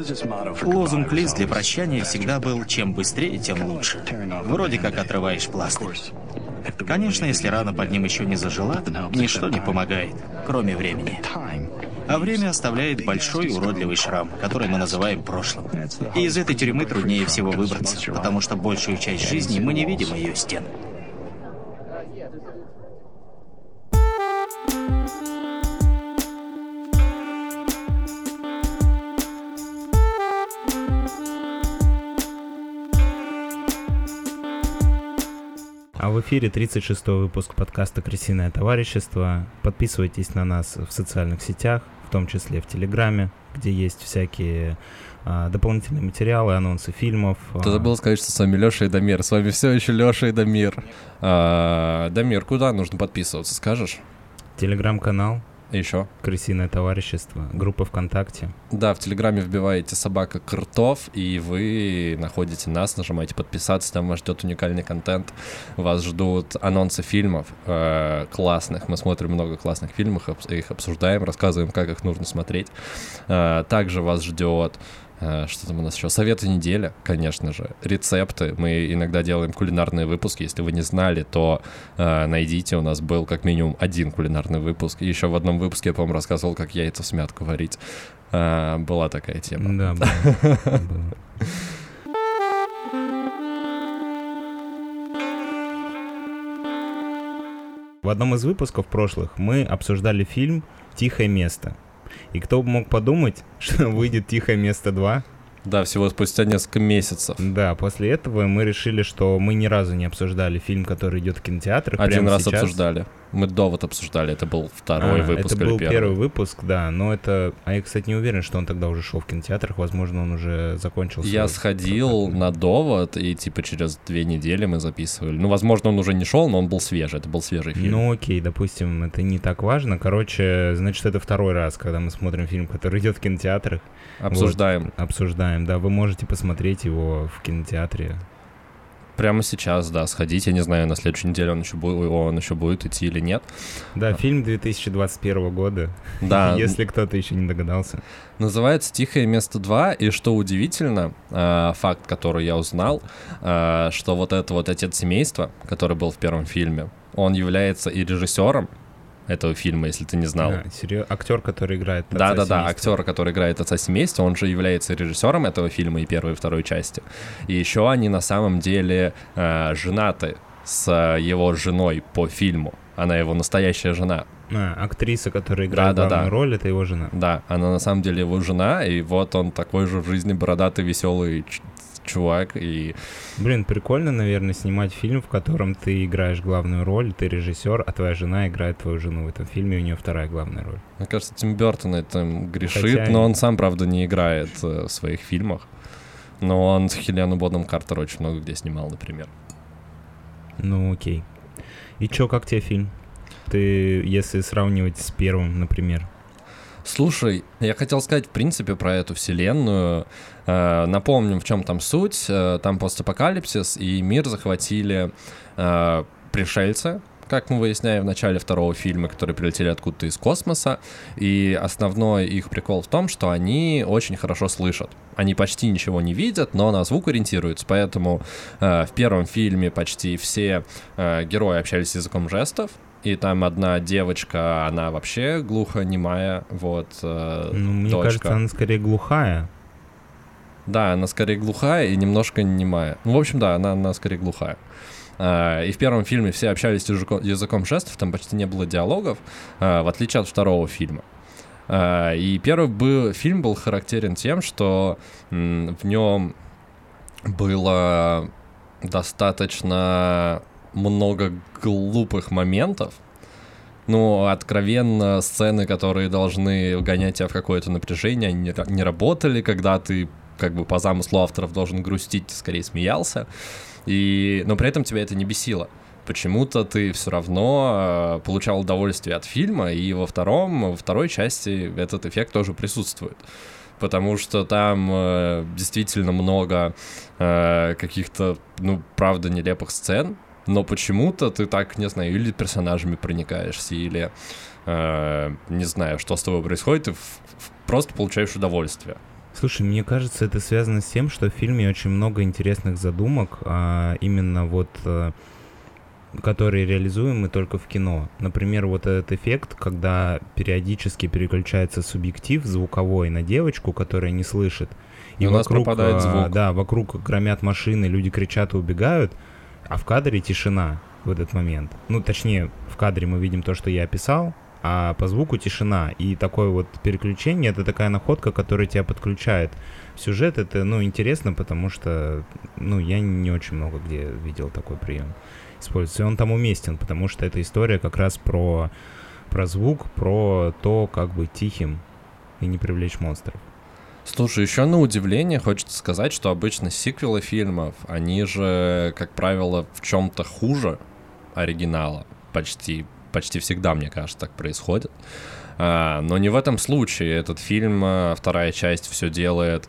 Лозунг Лиз для прощания всегда был «чем быстрее, тем лучше». Вроде как отрываешь пластырь. Конечно, если рана под ним еще не зажила, ничто не помогает, кроме времени. А время оставляет большой уродливый шрам, который мы называем прошлым. И из этой тюрьмы труднее всего выбраться, потому что большую часть жизни мы не видим ее стен. А в эфире 36-й выпуск подкаста «Крысиное товарищество». Подписывайтесь на нас в социальных сетях, в том числе в Телеграме, где есть всякие дополнительные материалы, анонсы фильмов. Ты забыл сказать, что с вами Лёша и Дамир. С вами все еще Лёша и Дамир. Дамир, куда нужно подписываться, скажешь? Телеграм-канал. Еще? «Крысиное товарищество», группа ВКонтакте. Да, в Телеграме вбиваете «Собака Кртов», и вы находите нас, нажимаете «Подписаться», там вас ждет уникальный контент, вас ждут анонсы фильмов классных, мы смотрим много классных фильмов, их обсуждаем, рассказываем, как их нужно смотреть. Также вас ждет... Что там у нас еще? Советы недели, конечно же. Рецепты. Мы иногда делаем кулинарные выпуски. Если вы не знали, то найдите. У нас был как минимум один кулинарный выпуск. И еще в одном выпуске я, по-моему, рассказывал, как яйца в смятку варить. Была такая тема. Да, была. В одном из выпусков прошлых мы обсуждали фильм «Тихое место». И кто бы мог подумать, что выйдет «Тихое место 2». Да, всего спустя несколько месяцев. Да, после этого мы решили, что мы ни разу не обсуждали фильм, который идет в кинотеатрах. Один раз сейчас. Обсуждали. Мы «Довод» обсуждали, это был второй выпуск. Это был первый выпуск, да, но это... А я, кстати, не уверен, что он тогда уже шел в кинотеатрах, возможно, он уже закончился. Я сходил на «Довод», и типа через 2 недели мы записывали. Ну, возможно, он уже не шел, но он был свежий, это был свежий фильм. Ну, окей, допустим, это не так важно. Короче, значит, это второй раз, когда мы смотрим фильм, который идет в кинотеатрах. Обсуждаем. Вот, обсуждаем, да, вы можете посмотреть его в кинотеатре. Прямо сейчас, да, сходить. Я не знаю, на следующей неделе он еще будет идти или нет. Да, фильм 2021 года, да. Если кто-то еще не догадался. Называется «Тихое место 2», и что удивительно, факт, который я узнал, что вот этот вот отец семейства, который был в первом фильме, он является и режиссером этого фильма, если ты не знал. Актер, который играет отца Да, семейства. актер, который играет отца семейства, он же является режиссером этого фильма и первой, и второй части. И еще они на самом деле женаты с его женой по фильму. Она его настоящая жена. Актриса, которая играет главную роль, это его жена. Да, она на самом деле его жена, и вот он такой же в жизни бородатый, веселый чувак. И... Блин, прикольно, наверное, снимать фильм, в котором ты играешь главную роль, ты режиссер, а твоя жена играет твою жену в этом фильме, у нее вторая главная роль. Мне кажется, Тим Бёртон этим грешит, но он сам, правда, не играет в своих фильмах. Но он с Хеленой Бонем Картер очень много где снимал, например. Ну, окей. И чё, как тебе фильм? Ты, если сравнивать с первым, например. Слушай, я хотел сказать, в принципе, про эту вселенную. Напомним, в чем там суть. Там постапокалипсис, и мир захватили пришельцы, как мы выясняем в начале второго фильма, которые прилетели откуда-то из космоса. И основной их прикол в том, что они очень хорошо слышат. Они почти ничего не видят, но на звук ориентируются. Поэтому в первом фильме почти все герои общались языком жестов. И там одна девочка, она вообще глухонемая, вот, мне кажется, она скорее глухая. Да, она скорее глухая и немножко немая. Ну, в общем, да, она скорее глухая. И в первом фильме все общались языком жестов, там почти не было диалогов, в отличие от второго фильма. И первый фильм был характерен тем, что в нем было достаточно... много глупых моментов, ну, откровенно сцены, которые должны вгонять тебя в какое-то напряжение, они не работали, когда ты, как бы, по замыслу авторов должен грустить, ты скорее смеялся, но при этом тебя это не бесило. Почему-то ты все равно получал удовольствие от фильма, и во второй части этот эффект тоже присутствует. Потому что там действительно много каких-то, ну, правда, нелепых сцен, но почему-то ты так, не знаю, или персонажами проникаешься, или не знаю, что с тобой происходит, ты просто получаешь удовольствие. Слушай, мне кажется, это связано с тем, что в фильме очень много интересных задумок, именно вот, которые реализуемы только в кино. Например, вот этот эффект, когда периодически переключается субъектив звуковой на девочку, которая не слышит, и у нас пропадает звук. Да, вокруг громят машины, люди кричат и убегают, а в кадре тишина в этот момент. Ну, точнее, в кадре мы видим то, что я описал, а по звуку тишина. И такое вот переключение — это такая находка, которая тебя подключает в сюжет. Это, интересно, потому что, я не очень много где видел такой прием используется. И он там уместен, потому что эта история как раз про звук, про то, как быть тихим и не привлечь монстров. Слушай, еще на удивление хочется сказать, что обычно сиквелы фильмов, они же, как правило, в чем-то хуже оригинала. Почти всегда, мне кажется, так происходит. Но не в этом случае. Этот фильм, вторая часть, все делает...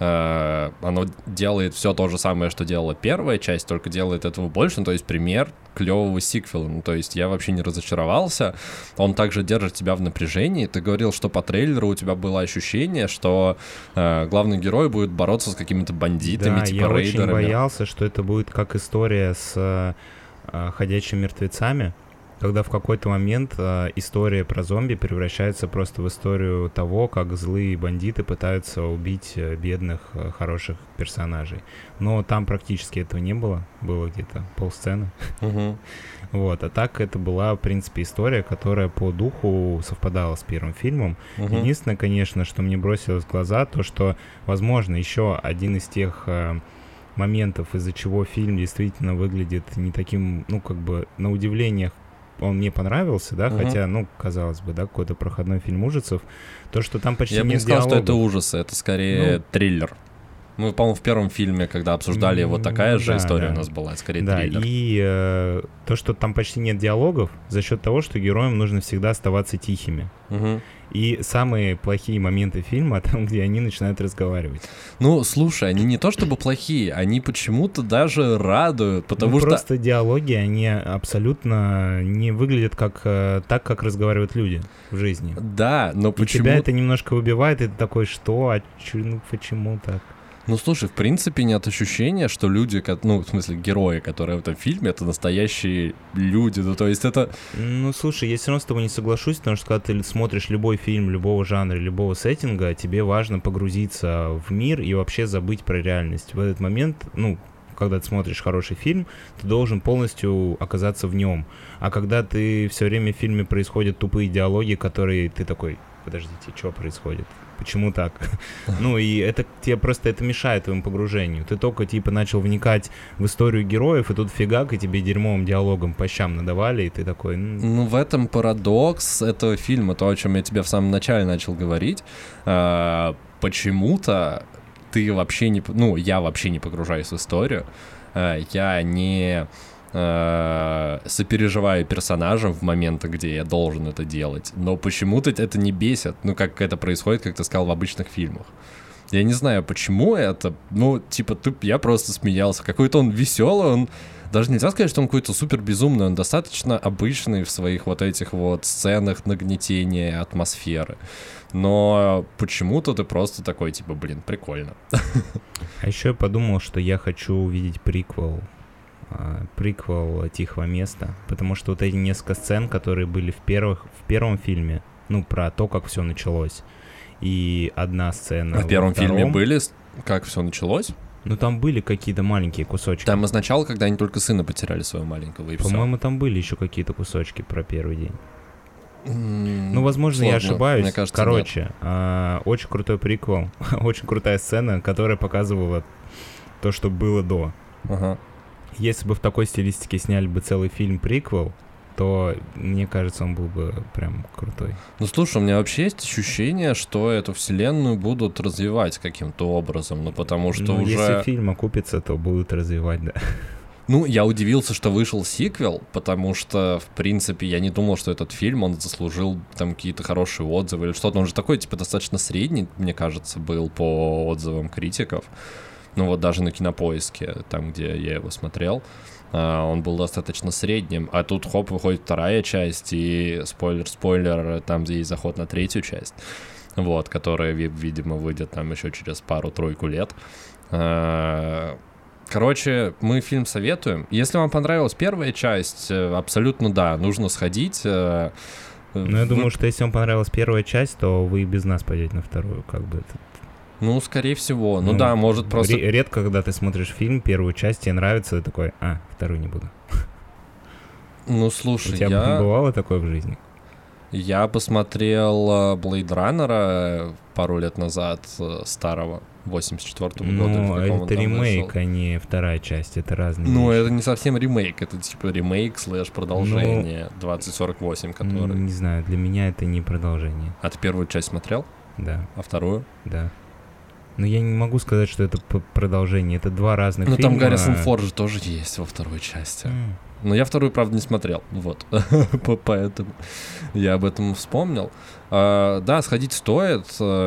Оно делает все то же самое, что делала первая часть, только делает этого больше. Ну, то есть пример клевого сиквела. Ну, то есть я вообще не разочаровался. Он также держит тебя в напряжении. Ты говорил, что по трейлеру у тебя было ощущение, что главный герой будет бороться с какими-то бандитами, да, типа рейдерами. Я очень боялся, что это будет как история с ходячими мертвецами, когда в какой-то момент история про зомби превращается просто в историю того, как злые бандиты пытаются убить бедных, хороших персонажей. Но там практически этого не было. Было где-то полсцены. Вот. А так это была, в принципе, история, которая по духу совпадала с первым фильмом. Единственное, конечно, что мне бросилось в глаза, то, что, возможно, еще один из тех... моментов, из-за чего фильм действительно выглядит не таким, на удивление он мне понравился, да, хотя, казалось бы, да, какой-то проходной фильм ужасов, то, что там почти нет диалогов. Я бы не сказал, что это ужасы, это скорее триллер. Мы, по-моему, в первом фильме, когда обсуждали его, такая же история у нас была, скорее триллер. И то, что там почти нет диалогов, за счет того, что героям нужно всегда оставаться тихими. И самые плохие моменты фильма там, где они начинают разговаривать. Ну, слушай, они не то чтобы плохие, они почему-то даже радуют, потому что... Просто диалоги, они абсолютно не выглядят так, как разговаривают люди в жизни. Да, но почему... И тебя это немножко выбивает, и ты такой, что? Почему так? Ну, слушай, в принципе, нет ощущения, что люди, в смысле, герои, которые в этом фильме, это настоящие люди, то есть это... Ну, слушай, я все равно с тобой не соглашусь, потому что когда ты смотришь любой фильм, любого жанра, любого сеттинга, тебе важно погрузиться в мир и вообще забыть про реальность. В этот момент, когда ты смотришь хороший фильм, ты должен полностью оказаться в нем. А когда ты все время в фильме происходят тупые диалоги, которые ты такой... Подождите, что происходит? Почему так? И это тебе просто это мешает твоему погружению. Ты только начал вникать в историю героев, и тут фигак, и тебе дерьмовым диалогом по щам надавали, и ты такой... в этом парадокс этого фильма, то, о чем я тебе в самом начале начал говорить. Почему-то ты вообще не... я вообще не погружаюсь в историю. Я не... сопереживаю персонажам в моменты, где я должен это делать. Но почему-то это не бесит. Как это происходит, как ты сказал, в обычных фильмах. Я не знаю, почему это. Я просто смеялся. Какой-то он веселый, он... Даже нельзя сказать, что он какой-то супер безумный. Он достаточно обычный в своих вот этих вот сценах нагнетения атмосферы. Но почему-то ты просто такой, прикольно. А еще я подумал, что я хочу увидеть приквел «Тихого места», потому что вот эти несколько сцен, которые были в первом фильме, про то, как все началось, и одна сцена в первом фильме были, как все началось? Там были какие-то маленькие кусочки. Там изначально, когда они только сына потеряли своего маленького, и по-моему, там были еще какие-то кусочки про первый день. Возможно, я ошибаюсь. Мне кажется, очень крутой приквел, очень крутая сцена, которая показывала то, что было до. Если бы в такой стилистике сняли бы целый фильм-приквел, то, мне кажется, он был бы прям крутой. Слушай, у меня вообще есть ощущение, что эту вселенную будут развивать каким-то образом, потому что уже... Если фильм окупится, то будут развивать, да. Я удивился, что вышел сиквел, потому что, в принципе, я не думал, что этот фильм, он заслужил там какие-то хорошие отзывы или что-то. Он же такой, достаточно средний, мне кажется, был по отзывам критиков. Даже на Кинопоиске, там, где я его смотрел, он был достаточно средним. А тут, выходит вторая часть, и спойлер, там, где есть заход на третью часть. вот, которая, видимо, выйдет там еще через пару-тройку лет. Короче, мы фильм советуем. Если вам понравилась первая часть, абсолютно да, нужно сходить. Ну, я думаю, что если вам понравилась первая часть, то вы и без нас пойдете на вторую, как бы это... Ну, скорее всего. Ну да, может просто... Редко, когда ты смотришь фильм, первую часть тебе нравится, ты такой, вторую не буду. Ну, слушай, у тебя бывало такое в жизни? Я посмотрел Blade Runner пару лет назад, старого, 84-го года. Ну, это ремейк, а не вторая часть, это разные Ну, вещи. это не совсем ремейк, это типа ремейк / продолжение 2048, который... Не знаю, для меня это не продолжение. А ты первую часть смотрел? Да. А вторую? Да. Но я не могу сказать, что это продолжение, это два разных фильма. Ну, там Гаррисон Форд же тоже есть во второй части. Но я вторую, правда, не смотрел, вот, поэтому я об этом вспомнил. Да, сходить стоит,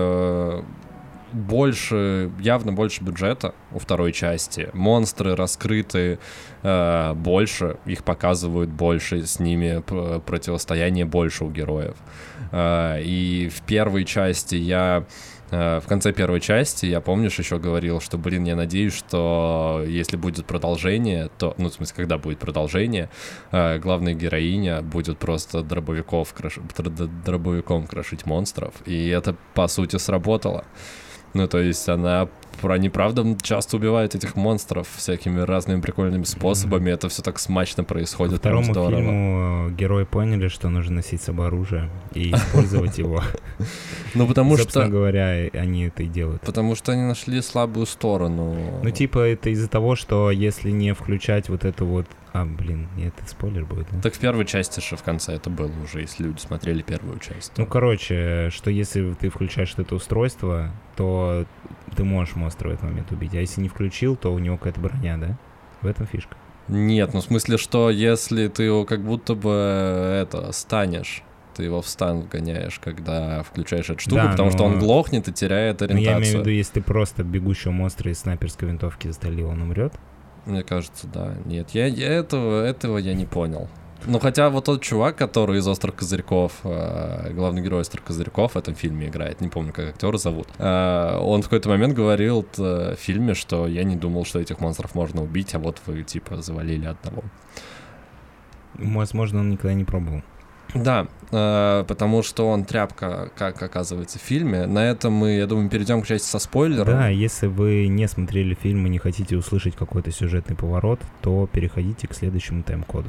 явно больше бюджета у второй части. Монстры раскрыты больше, их показывают больше, с ними противостояние больше у героев. И в первой части в конце первой части я, помнишь, еще говорил, что, я надеюсь, что если будет продолжение, то, ну, в смысле, когда будет продолжение, главная героиня будет просто дробовиком крошить монстров, и это, по сути, сработало. Ну, то есть они, правда, часто убивают этих монстров всякими разными прикольными способами. Это все так смачно происходит. Ко второму фильму герои поняли, что нужно носить с собой оружие и использовать его. Ну, потому что... Собственно говоря, они это и делают. Потому что они нашли слабую сторону. Ну, типа, это из-за того, что если не включать вот эту вот... это спойлер будет, да? Так в первой части же в конце это было уже, если люди смотрели первую часть. Ну, короче, что если ты включаешь это устройство, то ты можешь монстра в этот момент убить. А если не включил, то у него какая-то броня, да? В этом фишка. Нет, ну в смысле, что если ты его как будто бы станешь, ты его в стан вгоняешь, когда включаешь эту штуку, потому что он глохнет и теряет ориентацию. Ну, я имею в виду, если ты просто бегущего монстра из снайперской винтовки застрелил, он умрет? Мне кажется, да. Нет, этого я не понял. Ну, хотя вот тот чувак, который из «Острых козырьков», главный герой «Острых козырьков» в этом фильме играет, не помню, как актера зовут, он в какой-то момент говорил в фильме, что я не думал, что этих монстров можно убить, а вот вы, типа, завалили одного. Возможно, он никогда не пробовал. Да, потому что он тряпка, как оказывается, в фильме. На этом мы, я думаю, перейдем к части со спойлером. Да, если вы не смотрели фильм и не хотите услышать какой-то сюжетный поворот, то переходите к следующему тайм-коду.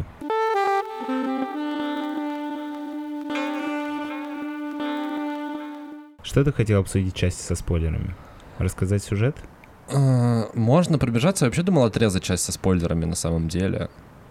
Что ты хотел обсудить в части со спойлерами? Рассказать сюжет? Можно пробежаться. Я вообще думал отрезать часть со спойлерами на самом деле.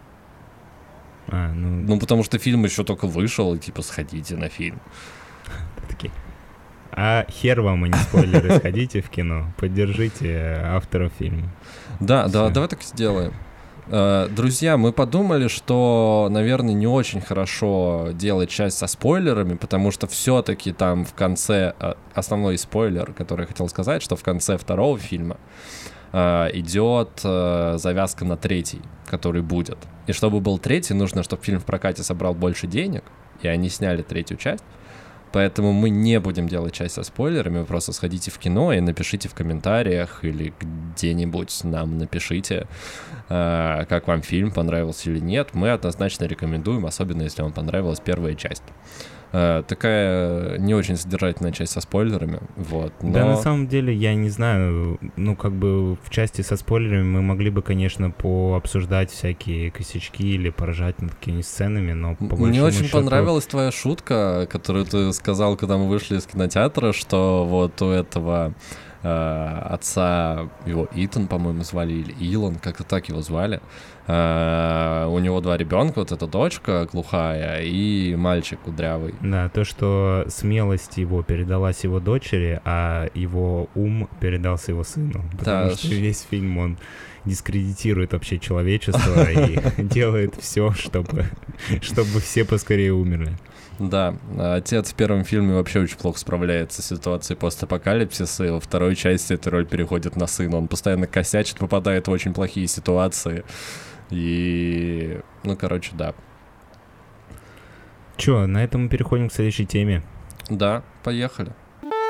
Ну, потому что фильм еще только вышел, и типа сходите на фильм. Такие. А хер вам, а не спойлеры, сходите в кино, поддержите авторов фильма. Да, давай так и сделаем. Друзья, мы подумали, что, наверное, не очень хорошо делать часть со спойлерами, потому что все-таки там в конце, основной спойлер, который я хотел сказать, что в конце второго фильма идет завязка на третий, который будет. И чтобы был третий, нужно, чтобы фильм в прокате собрал больше денег, и они сняли третью часть. Поэтому мы не будем делать часть со спойлерами, вы просто сходите в кино и напишите в комментариях или где-нибудь нам напишите, как вам фильм, понравился или нет. Мы однозначно рекомендуем, особенно если вам понравилась первая часть. Такая не очень содержательная часть со спойлерами, вот. Но... Да, на самом деле, я не знаю, в части со спойлерами мы могли бы, конечно, пообсуждать всякие косячки или поржать над какими-нибудь сценами, но по Мне очень счету... понравилась твоя шутка, которую ты сказал, когда мы вышли из кинотеатра, что вот у этого отца, его Итан, по-моему, звали, или Илон, как-то так его звали. У него 2 ребенка, вот эта дочка глухая и мальчик кудрявый. Да, то, что смелость его передалась его дочери, а его ум передался его сыну. Потому что весь фильм он дискредитирует вообще человечество и делает все, чтобы все поскорее умерли. Да, отец в первом фильме вообще очень плохо справляется с ситуацией постапокалипсиса, и во второй части эта роль переходит на сына. Он постоянно косячит, попадает в очень плохие ситуации. И, да. Чё, на этом мы переходим к следующей теме. Да, поехали.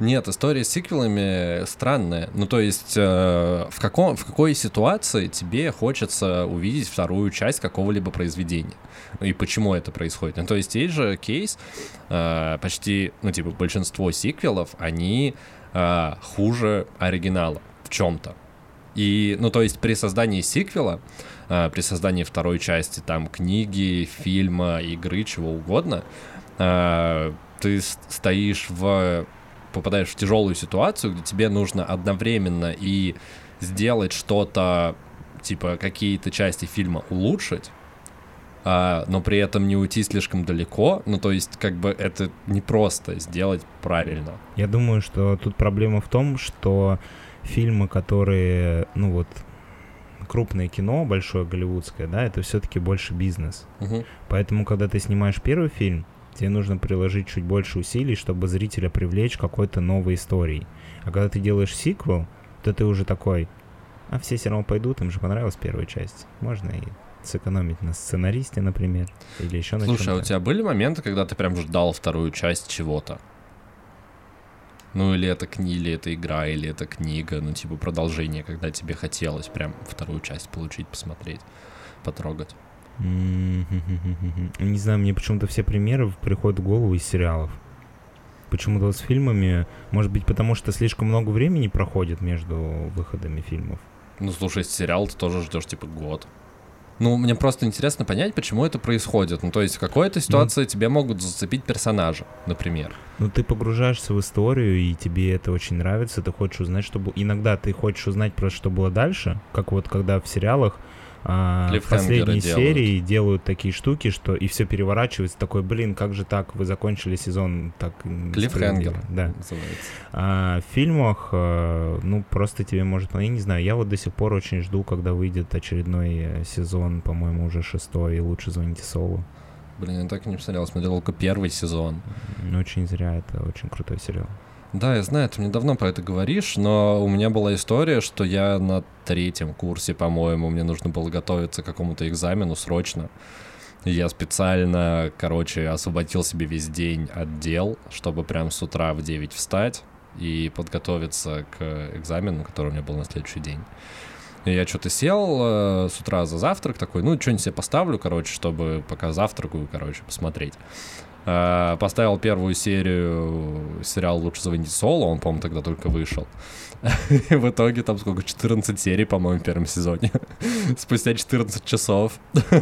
Нет, история с сиквелами странная. Ну, то есть, в какой ситуации тебе хочется увидеть вторую часть какого-либо произведения? И почему это происходит? Ну, то есть, есть же кейс, почти, ну, типа, большинство сиквелов, они хуже оригинала в чем-то. И, ну, то есть, при создании сиквела, при создании второй части, там, книги, фильма, игры, чего угодно, ты попадаешь в тяжелую ситуацию, где тебе нужно одновременно и сделать что-то, типа какие-то части фильма улучшить, но при этом не уйти слишком далеко. Ну, то есть, как бы это непросто сделать правильно. Я думаю, что тут проблема в том, что фильмы, которые, ну вот, крупное кино, большое голливудское, да, это все-таки больше бизнес. Угу. Поэтому, когда ты снимаешь первый фильм, тебе нужно приложить чуть больше усилий, чтобы зрителя привлечь какой-то новой историей. А когда ты делаешь сиквел, то ты уже такой, а все равно пойдут, им же понравилась первая часть. Можно и сэкономить на сценаристе, например, или еще на чем-то. Слушай, а у тебя были моменты, когда ты прям ждал вторую часть чего-то? Ну, или это игра, или это книга, ну, типа продолжение, когда тебе хотелось прям вторую часть получить, посмотреть, потрогать. Не знаю, мне почему-то все примеры приходят в голову из сериалов. Почему-то с фильмами, может быть, потому что слишком много времени проходит между выходами фильмов. Ну, слушай, сериал ты тоже ждешь, типа, год. Ну, мне просто интересно понять, почему это происходит. Ну, то есть в какой-то ситуации тебе могут зацепить персонажа, например. Ну, ты погружаешься в историю, и тебе это очень нравится, ты хочешь узнать, что было. Иногда ты хочешь узнать просто, что было дальше, как вот когда в сериалах в последней серии делают такие штуки, что и все переворачивается, такой, блин, как же так, вы закончили сезон так... Клиффхенгер, да. Называется. А в фильмах, ну, просто тебе может... Я не знаю, я вот до сих пор очень жду, когда выйдет очередной сезон, по-моему, уже 6-й, «Лучше звоните Солу». Блин, я так и не посмотрел, смотрел только первый сезон. Ну, очень зря, это очень крутой сериал. Да, я знаю, ты мне давно про это говоришь, но у меня была история, что я на 3-м курсе, по-моему, мне нужно было готовиться к какому-то экзамену срочно. И я специально, освободил себе весь день от дел, чтобы прям с утра в 9 встать и подготовиться к экзамену, который у меня был на следующий день. И я что-то сел с утра за завтрак, такой, ну, что-нибудь себе поставлю, чтобы пока завтракаю, посмотреть. Поставил первую серию сериала «Лучше звоните Солу», он, по-моему, тогда только вышел. И в итоге там 14 серий, по-моему, в первом сезоне. Спустя 14 часов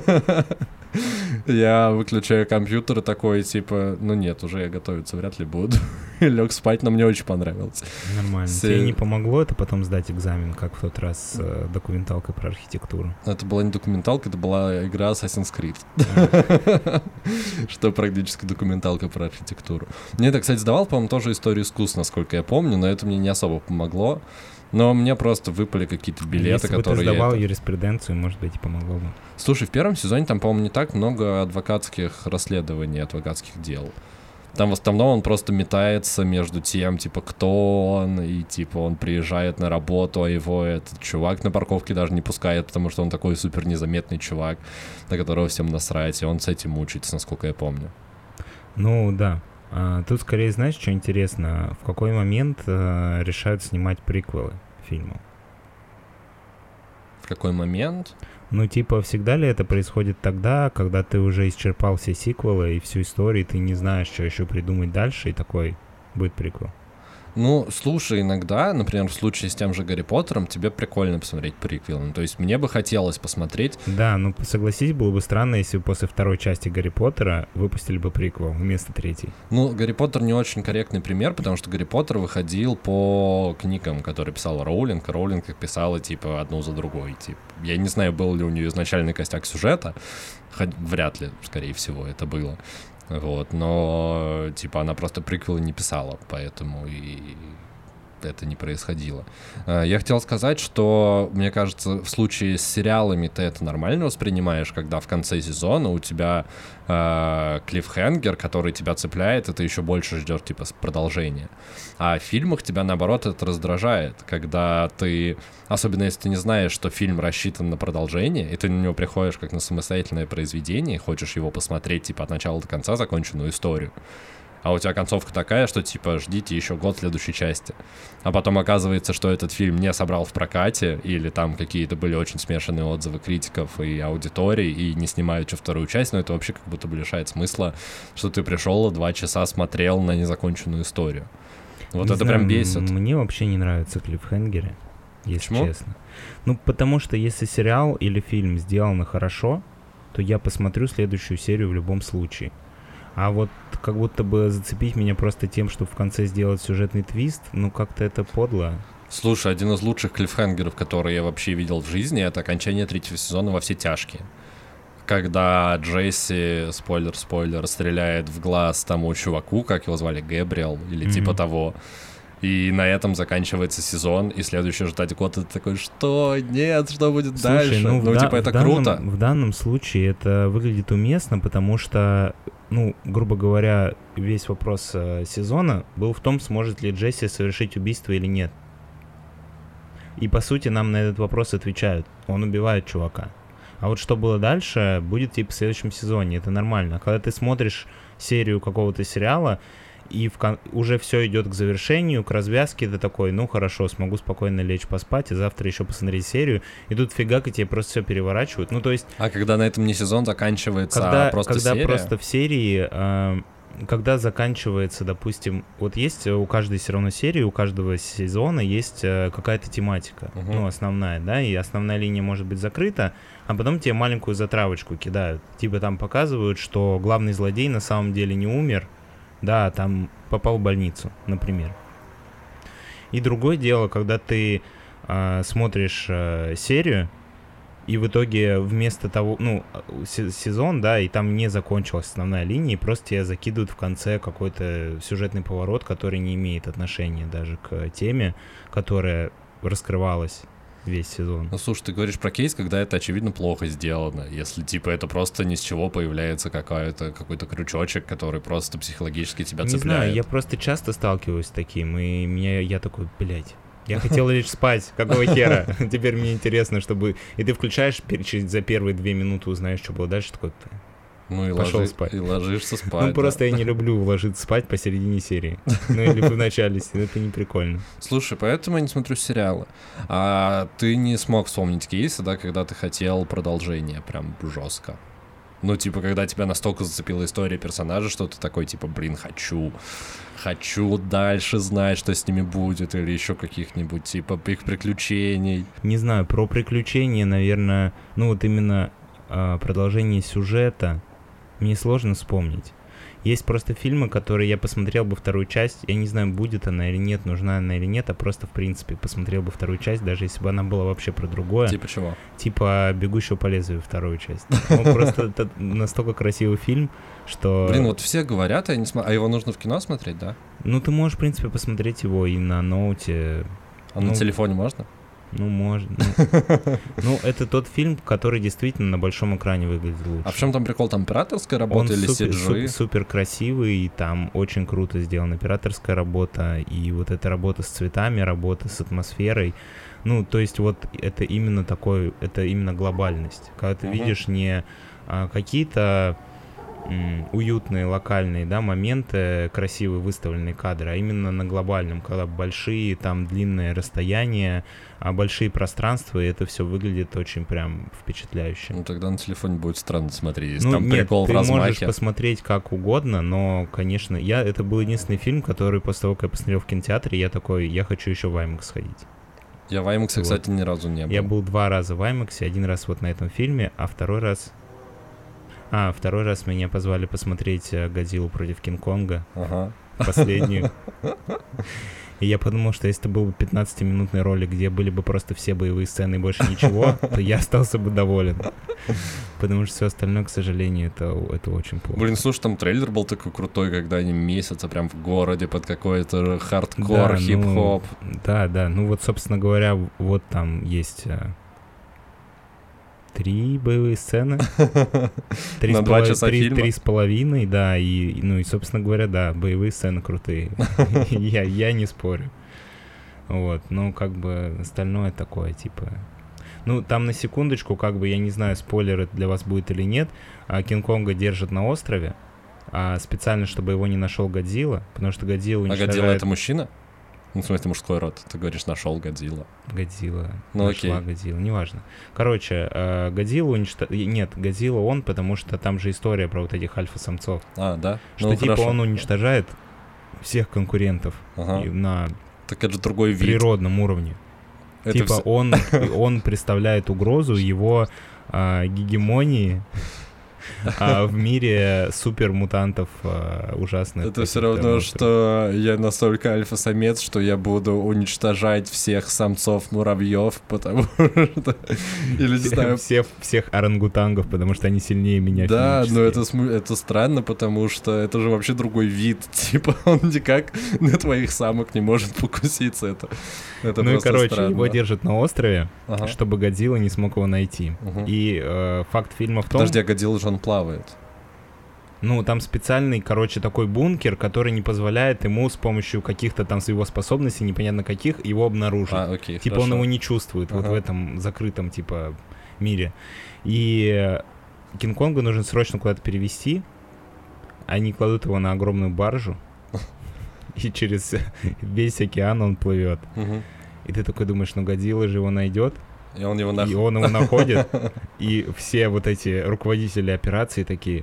я выключаю компьютер и такой, типа, ну нет, уже я готовиться вряд ли буду. И лег спать, но мне очень понравилось. Нормально. Тебе не помогло это потом сдать экзамен, как в тот раз с документалкой про архитектуру? Это была не документалка, это была игра Assassin's Creed. Что практически документалка про архитектуру. Мне это, кстати, сдавал, по-моему, тоже историю искусств, насколько я помню, но это мне не особо помогло. Но мне просто выпали какие-то билеты, которые я... Если бы ты сдавал юриспруденцию, может быть, и помогло бы. Слушай, в первом сезоне там, по-моему, не так много адвокатских расследований, адвокатских дел. Там в основном он просто метается между тем, типа, кто он, и, типа, он приезжает на работу, а его этот чувак на парковке даже не пускает, потому что он такой супер незаметный чувак, на которого всем насрать, и он с этим мучается, насколько я помню. Ну, да. Тут скорее, знаешь, что интересно, в какой момент решают снимать приквелы фильму? В какой момент? Ну, типа, всегда ли это происходит тогда, когда ты уже исчерпал все сиквелы и всю историю, и ты не знаешь, что еще придумать дальше, и такой будет приквел? Ну, слушай, иногда, например, в случае с тем же Гарри Поттером, тебе прикольно посмотреть приквел. Ну, то есть мне бы хотелось посмотреть... Да, ну, согласись, было бы странно, если бы после второй части Гарри Поттера выпустили бы приквел вместо третьей. Ну, Гарри Поттер не очень корректный пример, потому что Гарри Поттер выходил по книгам, которые писала Роулинг, а Роулинг их писала, типа, одну за другой. Типа. Я не знаю, был ли у нее изначальный костяк сюжета, вряд ли, скорее всего, это было. Вот, но, типа, она просто приквелы не писала, поэтому и это не происходило. Я хотел сказать, что, мне кажется, в случае с сериалами ты это нормально воспринимаешь, когда в конце сезона у тебя клиффхенгер, который тебя цепляет, и ты еще больше ждешь, типа, продолжения. А в фильмах тебя, наоборот, это раздражает, когда ты, особенно если ты не знаешь, что фильм рассчитан на продолжение, и ты на него приходишь как на самостоятельное произведение, хочешь его посмотреть, типа, от начала до конца законченную историю, А у тебя концовка такая, что типа ждите еще год следующей части. А потом оказывается, что этот фильм не собрал в прокате, или там какие-то были очень смешанные отзывы критиков и аудитории, и не снимают еще вторую часть, но это вообще как будто бы лишает смысла, что ты пришел 2 часа смотрел на незаконченную историю. Вот не это знаю, прям бесит. Мне вообще не нравятся клиффхенгеры, если Почему? честно. Ну, потому что если сериал или фильм сделаны хорошо, то я посмотрю следующую серию в любом случае. А вот как будто бы зацепить меня просто тем, чтобы в конце сделать сюжетный твист, ну как-то это подло. Слушай, один из лучших клиффхенгеров, который я вообще видел в жизни, это окончание 3-го сезона «Во все тяжкие». Когда Джесси, спойлер, стреляет в глаз тому чуваку, как его звали, Гэбриэл или типа того. И на этом заканчивается сезон, и следующий ждать год, это такой, что? Нет, что будет дальше? Ну, типа, это круто. В данном случае это выглядит уместно, потому что, ну, грубо говоря, весь вопрос сезона был в том, сможет ли Джесси совершить убийство или нет. И, по сути, нам на этот вопрос отвечают. Он убивает чувака. А вот что было дальше, будет, типа, в следующем сезоне. Это нормально. Когда ты смотришь серию какого-то сериала, и уже все идет к завершению, к развязке, ты такой, ну хорошо, смогу спокойно лечь поспать, и завтра еще посмотреть серию, и тут фигак, и тебе просто все переворачивают. Ну, то есть... А когда на этом не сезон заканчивается, а просто серия? Когда просто в серии, когда заканчивается, допустим, вот есть у каждой все равно серии, у каждого сезона есть какая-то тематика, ну, основная, да, и основная линия может быть закрыта, а потом тебе маленькую затравочку кидают. Типа там показывают, что главный злодей на самом деле не умер, да, там попал в больницу, например. И другое дело, когда ты смотришь серию, и в итоге вместо того, ну, сезон, да, и там не закончилась основная линия, и просто тебя закидывают в конце какой-то сюжетный поворот, который не имеет отношения даже к теме, которая раскрывалась весь сезон. Ну, слушай, ты говоришь про кейс, когда это, очевидно, плохо сделано. Если, типа, это просто ни с чего появляется какой-то крючочек, который просто психологически тебя цепляет. Не знаю, я просто часто сталкиваюсь с таким, и я такой, блядь, я хотел лечь спать, какого хера? Теперь мне интересно, чтобы... И ты включаешь, за первые 2 минуты узнаешь, что было дальше, такой... Ну и пошел спать. И ложишься спать. Ну просто я не люблю ложиться спать посередине серии. Ну или в начале, это не прикольно. Слушай, поэтому я не смотрю сериалы. А ты не смог вспомнить кейсы, да, когда ты хотел продолжение прям жестко? Ну, типа, когда тебя настолько зацепила история персонажа, что ты такой, типа, блин, хочу дальше знать, что с ними будет, или еще каких-нибудь, типа, их приключений. Не знаю, про приключения, наверное, ну вот именно продолжение сюжета мне сложно вспомнить. Есть просто фильмы, которые я посмотрел бы вторую часть, я не знаю, будет она или нет, нужна она или нет, а просто, в принципе, посмотрел бы вторую часть, даже если бы она была вообще про другое. Типа чего? Типа «Бегущего по лезвию» вторую часть. Он просто это настолько красивый фильм, что... Блин, вот все говорят, а его нужно в кино смотреть, да? Ну, ты можешь, в принципе, посмотреть его и на ноуте. А на телефоне можно? Ну, можно. Ну, это тот фильм, который действительно на большом экране выглядит лучше. А в чем там прикол? Там операторская работа или CGI? Супер красивый, там очень круто сделана операторская работа, и вот эта работа с цветами, работа с атмосферой. Ну, то есть вот это именно такой, это именно глобальность. Когда ты видишь не какие-то уютные локальные, да, моменты, красивые выставленные кадры, а именно на глобальном, когда большие там длинные расстояния, большие пространства, и это все выглядит очень прям впечатляюще. Ну тогда на телефоне будет странно смотреть, если ну, там нет, прикол в размахе. Ты можешь посмотреть как угодно, но, конечно, это был единственный фильм, который после того, как я посмотрел в кинотеатре, я такой, я хочу еще в IMAX сходить. Я в IMAX, вот. Кстати, ни разу не был. Я был 2 раза в IMAX, 1 раз вот на этом фильме, а второй раз меня позвали посмотреть «Годзиллу против Кинг-Конга», последнюю. И я подумал, что если это был бы 15-минутный ролик, где были бы просто все боевые сцены и больше ничего, то я остался бы доволен. Потому что все остальное, к сожалению, это очень плохо. Блин, слушай, там трейлер был такой крутой, когда они месяца прям в городе под какой-то хардкор, хип-хоп. Да, ну вот, собственно говоря, вот там есть... 3 боевые сцены. На 2 часа фильма. 3,5, да, и, собственно говоря, да, боевые сцены крутые. Я не спорю. Вот, ну, как бы, остальное такое, типа... Ну, там на секундочку, как бы, я не знаю, спойлер это для вас будет или нет, Кинг-Конга держат на острове, специально, чтобы его не нашел Годзилла, потому что Годзилла уничтожает... А Годзилла — это мужчина? Ну, в смысле, мужской род. Ты говоришь, нашел Годзилла. Годзилла. Ну, нашла окей. Годзилла, неважно. Короче, Годзилла уничтожает... Нет, Годзилла он, потому что там же история про вот этих альфа-самцов. А, да? Что типа он уничтожает всех конкурентов на так это же другой вид. Природном уровне. Это типа все... он представляет угрозу его гегемонии в мире супермутантов ужасных. Это все равно, монстров. Что я настолько альфа-самец, что я буду уничтожать всех самцов-муравьев, потому что... Или, не знаю... Всех орангутангов, потому что они сильнее меня. Да, но это странно, потому что это же вообще другой вид. Типа он никак на твоих самок не может покуситься. Это ну и, короче, странно. Его держат на острове, чтобы Годзилла не смог его найти. И факт фильма в том... Подожди, а Годзилла же он плавает. Ну, там специальный, короче, такой бункер, который не позволяет ему с помощью каких-то там его способностей, непонятно каких, его обнаружить. Окей, типа хорошо. Он его не чувствует вот в этом закрытом, типа, мире. И Кинг-Конга нужно срочно куда-то перевезти. Они кладут его на огромную баржу, и через весь океан он плывет. И ты такой думаешь, ну Годзилла же его найдет. И он его находит. И все вот эти руководители операции такие: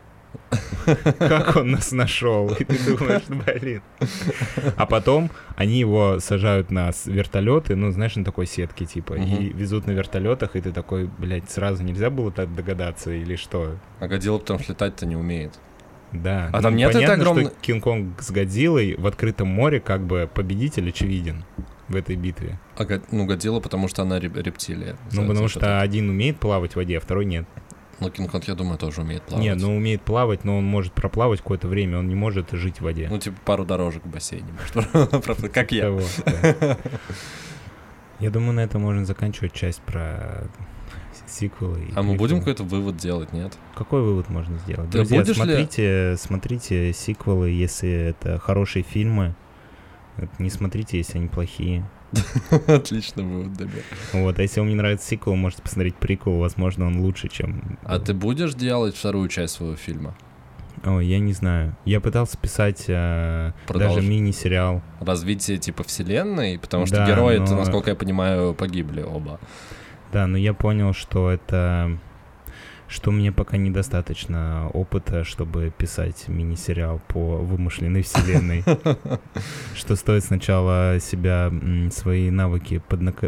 как он нас нашел? И ты думаешь, блин. А потом они его сажают на вертолеты, ну, знаешь, на такой сетке, типа, и везут на вертолетах, и ты такой, блядь, сразу нельзя было так догадаться, или что? А Годзилла потому что летать-то не умеет. Да. А там нет понятно, это огромное... что Кинг-Конг с Годзиллой в открытом море, как бы победитель очевиден в этой битве. Ну, Годзилла, потому что она рептилия. Ну, потому что один умеет плавать в воде, а второй нет. Ну, Кинг-Конг, я думаю, тоже умеет плавать. Нет, ну умеет плавать, но он может проплавать какое-то время, он не может жить в воде. Ну, типа пару дорожек в бассейне. Как я. Я думаю, на это можно заканчивать часть про сиквелы. А мы будем какой-то вывод делать, нет? Какой вывод можно сделать? Друзья, смотрите сиквелы, если это хорошие фильмы. Не смотрите, если они плохие. Отлично вывод, Дамир. Вот, а если вам не нравится сиквел, можете посмотреть приквел, возможно, он лучше, чем... А ты будешь делать вторую часть своего фильма? Ой, я не знаю. Я пытался писать даже мини-сериал. Развитие типа вселенной? Потому что герои, насколько я понимаю, погибли оба. Да, но я понял, что что мне пока недостаточно опыта, чтобы писать мини-сериал по вымышленной вселенной. Что стоит сначала свои навыки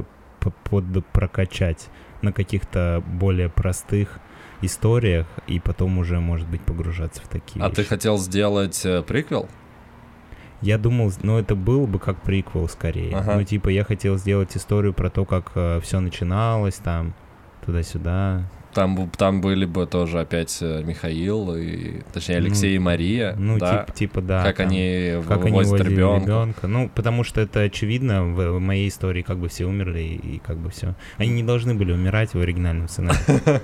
прокачать на каких-то более простых историях, и потом уже, может быть, погружаться в такие вещи. Ты хотел сделать приквел? Я думал, это было бы как приквел скорее. Ну, типа, я хотел сделать историю про то, как все начиналось там, туда-сюда. Там были бы тоже опять Михаил, точнее Алексей и Мария. Ну, да? типа, да. Как они вывозят ребенка. Ну, потому что это очевидно, в моей истории как бы все умерли, и как бы все. Они не должны были умирать в оригинальном сценарии.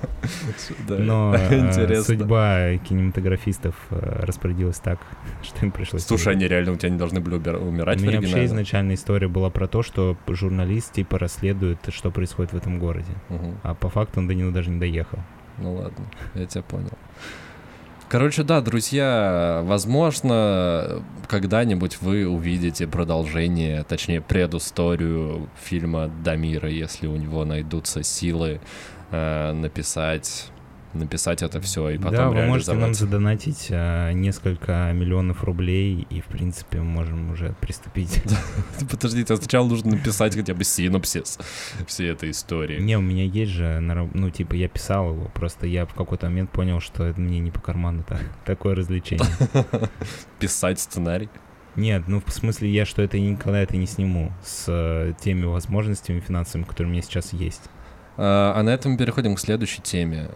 Но судьба кинематографистов распорядилась так, что им пришлось... Слушай, они реально у тебя не должны были умирать в оригинале? У меня вообще изначальная история была про то, что журналист типа расследует, что происходит в этом городе. А по факту он до него даже не доехал. Ну ладно, я тебя понял. Короче, да, друзья, возможно, когда-нибудь вы увидите продолжение, точнее, предысторию фильма Дамира, если у него найдутся силы написать это все и потом реализовать. Да, вы можете нам задонатить несколько миллионов рублей, и, в принципе, мы можем уже приступить. Подождите, сначала нужно написать хотя бы синопсис всей этой истории. Не, у меня есть же, я писал его, просто я в какой-то момент понял, что это мне не по карману такое развлечение. Писать сценарий? Нет, в смысле, я никогда это не сниму с теми возможностями финансовыми, которые у меня сейчас есть. А на этом мы переходим к следующей теме.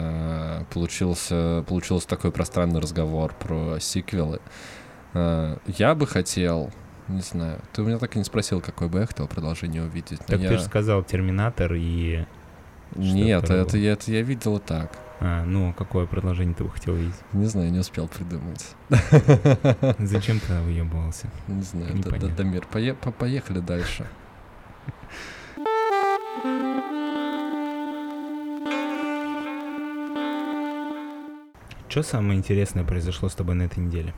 Получился такой пространный разговор про сиквелы. Я бы хотел, не знаю, ты у меня так и не спросил, какой бы я хотел продолжение увидеть. Так ты же сказал «Терминатор» и... Нет, это я видел и так. Какое продолжение ты бы хотел видеть? Не знаю, не успел придумать. Зачем ты выебывался? Не знаю, Дамир, поехали дальше. Что самое интересное произошло с тобой на этой неделе?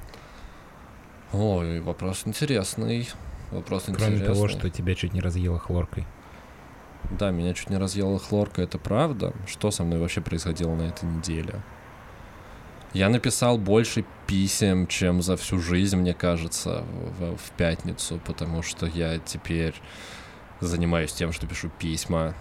Ой, вопрос интересный. Кроме того, что тебя чуть не разъела хлоркой. Да, меня чуть не разъела хлорка, это правда. Что со мной вообще происходило на этой неделе? Я написал больше писем, чем за всю жизнь, мне кажется, в пятницу, потому что я теперь занимаюсь тем, что пишу письма.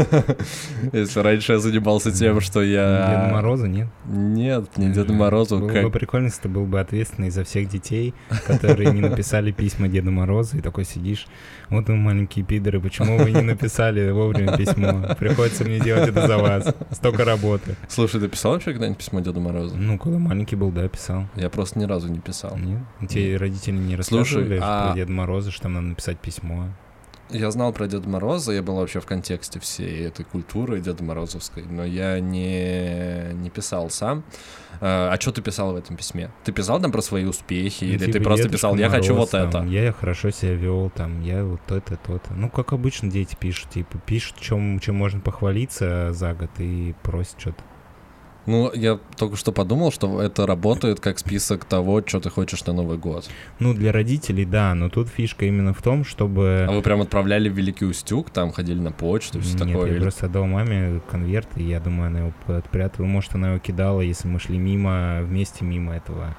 Если раньше я занимался тем, что я... Деда Мороза, нет? Нет, не Деда Морозу. Было бы прикольно, если ты был бы ответственный за всех детей, которые не написали письма Деду Морозу, и такой сидишь, вот вы маленькие пидоры, почему вы не написали вовремя письмо? Приходится мне делать это за вас. Столько работы. Слушай, ты писал вообще когда-нибудь письмо Деду Морозу? Ну, когда маленький был, да, писал. Я просто ни разу не писал. Нет? Тебе родители не рассказывали про Деда Мороза, что там надо написать письмо? Я знал про Деда Мороза, я был вообще в контексте всей этой культуры Деда Морозовской, но я не писал сам. А что ты писал в этом письме? Ты писал там про свои успехи, или типа, ты просто писал, я хочу вот там, это? Я хорошо себя вел, там, я вот это, то-то. Ну, как обычно дети пишут, типа, пишут, чем можно похвалиться за год и просят что-то. Ну, я только что подумал, что это работает как список того, что ты хочешь на Новый год. Ну, для родителей, да, но тут фишка именно в том, чтобы... А вы прям отправляли в Великий Устюг, там ходили на почту, все такое? Нет, я просто отдал маме конверт, и я думаю, она его отпрятала. Может, она его кидала, если мы шли вместе мимо этого...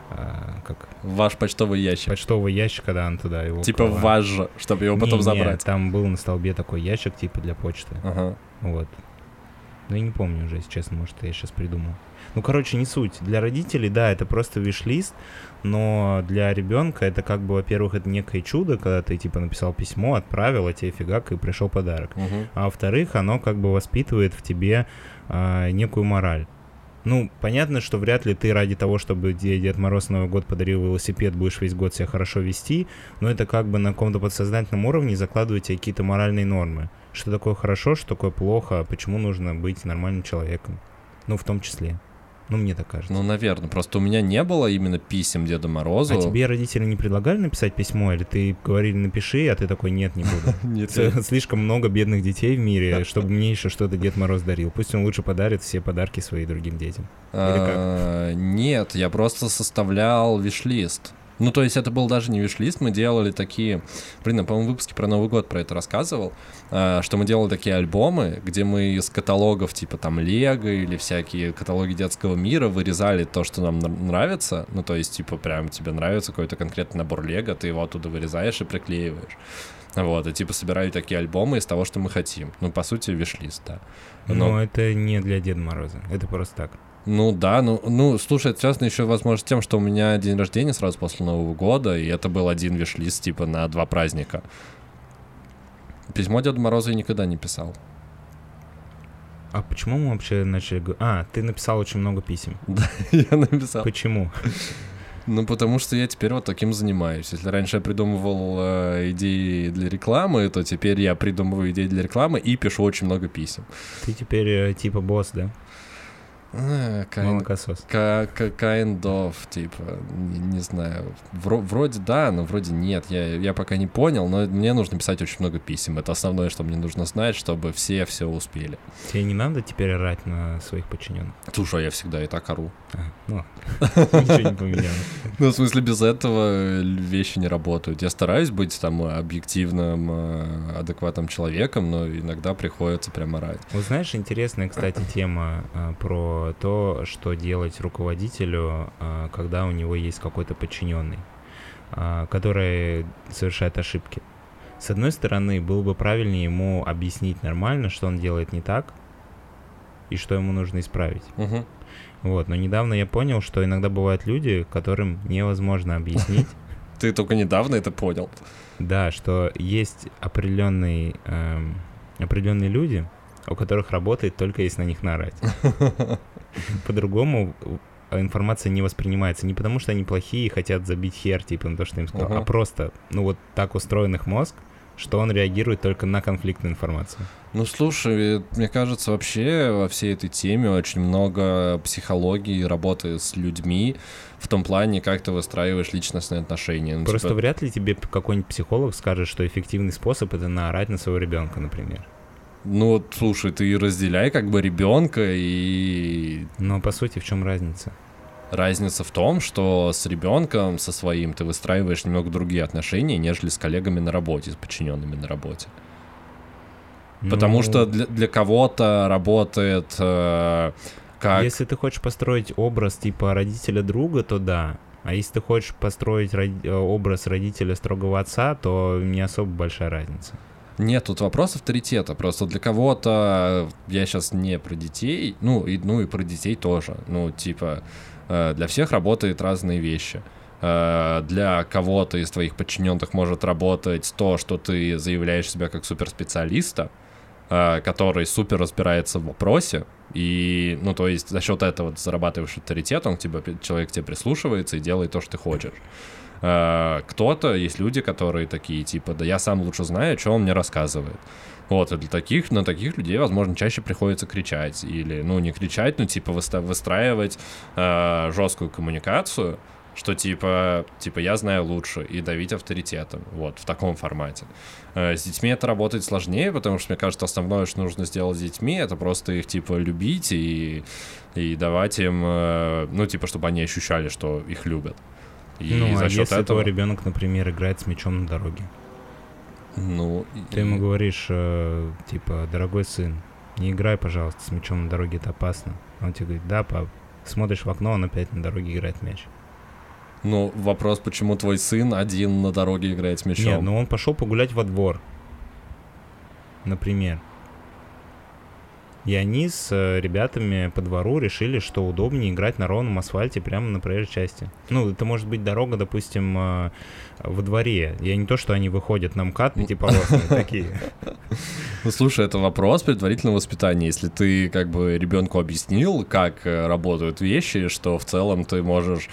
как? Ваш почтовый ящик. Почтовый ящик, когда она туда его... Типа клала. ваш же, чтобы его потом забрать. Нет, там был на столбе такой ящик, типа, для почты. Ага. Вот. Ну, я не помню уже, если честно, может, я сейчас придумал. Ну, короче, не суть. Для родителей, да, это просто виш-лист, но для ребенка это как бы, во-первых, это некое чудо, когда ты, типа, написал письмо, отправил, а тебе фигак, и пришел подарок. А во-вторых, оно как бы воспитывает в тебе некую мораль. Ну, понятно, что вряд ли ты ради того, чтобы Дед Мороз на Новый год подарил велосипед, будешь весь год себя хорошо вести, но это как бы на каком-то подсознательном уровне закладывает тебе какие-то моральные нормы. Что такое хорошо, что такое плохо, почему нужно быть нормальным человеком. Ну, в том числе. Ну, мне так кажется. Ну, наверное. Просто у меня не было именно писем Деду Морозу. А тебе родители не предлагали написать письмо? Или ты говорили, напиши, а ты такой, нет, не буду? Нет. Слишком много бедных детей в мире, чтобы мне еще что-то Дед Мороз дарил. Пусть он лучше подарит все подарки своим другим детям. Или как? Нет, я просто составлял виш-лист. Ну, то есть это был даже не виш-лист, мы делали такие... Блин, я, по-моему, в выпуске про Новый год про это рассказывал, что мы делали такие альбомы, где мы из каталогов типа там Лего или всякие каталоги детского мира вырезали то, что нам нравится. Ну, то есть, типа, прям тебе нравится какой-то конкретный набор Лего, ты его оттуда вырезаешь и приклеиваешь. Вот, и типа собирали такие альбомы из того, что мы хотим. Ну, по сути, виш-лист, да. Но это не для Деда Мороза, это просто так. Ну да, ну слушай, это связано еще, возможно, с тем, что у меня день рождения сразу после Нового года, и это был один виш-лист типа на 2 праздника. Письмо Деду Морозу я никогда не писал. А почему мы вообще начали... ты написал очень много писем. Да, я написал. Почему? Ну, потому что я теперь вот таким занимаюсь. Если раньше я придумывал идеи для рекламы, то теперь я придумываю идеи для рекламы и пишу очень много писем. Ты теперь типа босс, да? Молокосос. Kind of, типа, не знаю. Вроде да, но вроде нет. Я пока не понял, но мне нужно писать очень много писем. Это основное, что мне нужно знать, чтобы все успели. Тебе не надо теперь орать на своих подчиненных? Слушай, я всегда и так ору. Ничего не поменялось. Ну, в смысле, без этого вещи не работают. Я стараюсь быть там объективным, адекватным человеком, но иногда приходится прям орать. Вот знаешь, интересная, кстати, тема про то, что делать руководителю, когда у него есть какой-то подчиненный, который совершает ошибки. С одной стороны, было бы правильнее ему объяснить нормально, что он делает не так, и что ему нужно исправить. Угу. Вот, но недавно я понял, что иногда бывают люди, которым невозможно объяснить. Ты только недавно это понял. Да, что есть определенные люди, у которых работает только если на них наорать. По-другому информация не воспринимается. Не потому, что они плохие и хотят забить хер, типа, на то, что им сказал, а просто, ну, вот так устроен их мозг, что он реагирует только на конфликтную информацию. Ну, слушай, мне кажется, вообще во всей этой теме очень много психологии, работы с людьми, в том плане, как ты выстраиваешь личностные отношения. Ну, просто вряд ли тебе какой-нибудь психолог скажет, что эффективный способ — это наорать на своего ребенка, например. Ну, слушай, ты разделяй как бы ребенка и... Но, по сути, в чем разница? Разница в том, что с ребенком, со своим, ты выстраиваешь немного другие отношения, нежели с коллегами на работе, с подчиненными на работе. Потому что для кого-то работает как... Если ты хочешь построить образ типа родителя друга, то да. А если ты хочешь построить образ родителя строгого отца, то не особо большая разница. Нет, тут вопрос авторитета. Просто для кого-то, я сейчас не про детей, ну и про детей тоже. Ну, типа, для всех работают разные вещи. Для кого-то из твоих подчиненных может работать то, что ты заявляешь себя как суперспециалиста, который супер разбирается в вопросе, и, ну, то есть за счет этого ты зарабатываешь авторитет, человек к тебе прислушивается и делает то, что ты хочешь. Кто-то, есть люди, которые такие, типа, да я сам лучше знаю, что он мне рассказывает. Вот, и на таких людей, возможно, чаще приходится кричать, или, ну, не кричать, но, типа, выстраивать жесткую коммуникацию, что типа я знаю лучше, и давить авторитетом, вот, в таком формате. С детьми это работает сложнее, потому что, мне кажется, основное, что нужно сделать с детьми, это просто их, типа, любить и давать им, ну, типа, чтобы они ощущали, что их любят. И ну, за а счет если этого... твой ребенок, например, играет с мячом на дороге? Ну... Ты ему говоришь, типа, дорогой сын, не играй, пожалуйста, с мячом на дороге, это опасно. Он тебе говорит, да, пап. Смотришь в окно, он опять на дороге играет в мяч. Ну, вопрос, почему твой сын один на дороге играет с мячом? Нет, ну он пошел погулять во двор, например. И они с ребятами по двору решили, что удобнее играть на ровном асфальте прямо на проезжей части. Ну, это может быть дорога, допустим, во дворе. Я не то, что они выходят на МКАД пятиполосные такие. Ну, слушай, это вопрос предварительного воспитания. Если ты как бы ребенку объяснил, как работают вещи, что в целом ты можешь